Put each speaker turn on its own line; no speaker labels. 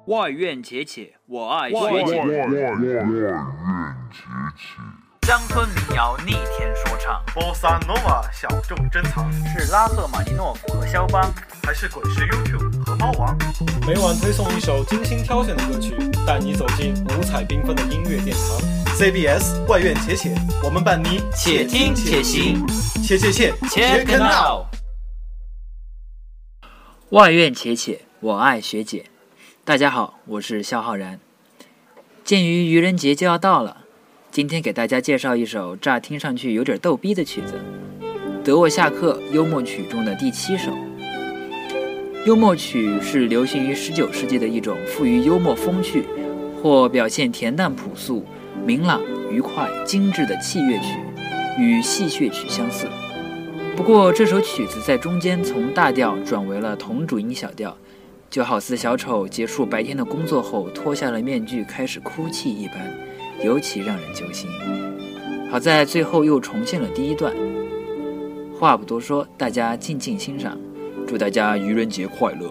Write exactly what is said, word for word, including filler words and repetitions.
外院且且，我爱学姐。乡村民谣逆天说唱，
波萨诺瓦小众珍藏，
是拉赫玛尼诺夫和肖邦，
还是滚石 YouTube 和猫王？
每晚推送一首精心挑选的歌曲，带你走进五彩缤纷的音乐殿堂。
C B S 外院且且，我们伴你
且听且行，
且且且
Check it out。外院且且，我爱学姐。大家好，我是肖浩然。鉴于愚人节就要到了，今天给大家介绍一首乍听上去有点逗逼的曲子，德沃夏克幽默曲中的第七首。幽默曲是流行于十九世纪的一种富于幽默风趣或表现恬淡朴素、明朗、愉快、精致的器乐曲，与戏谑曲相似。不过这首曲子在中间从大调转为了同主音小调，就好似小丑结束白天的工作后脱下了面具开始哭泣一般，尤其让人揪心。好在最后又重现了第一段。话不多说，大家静静欣赏，祝大家愚人节快乐。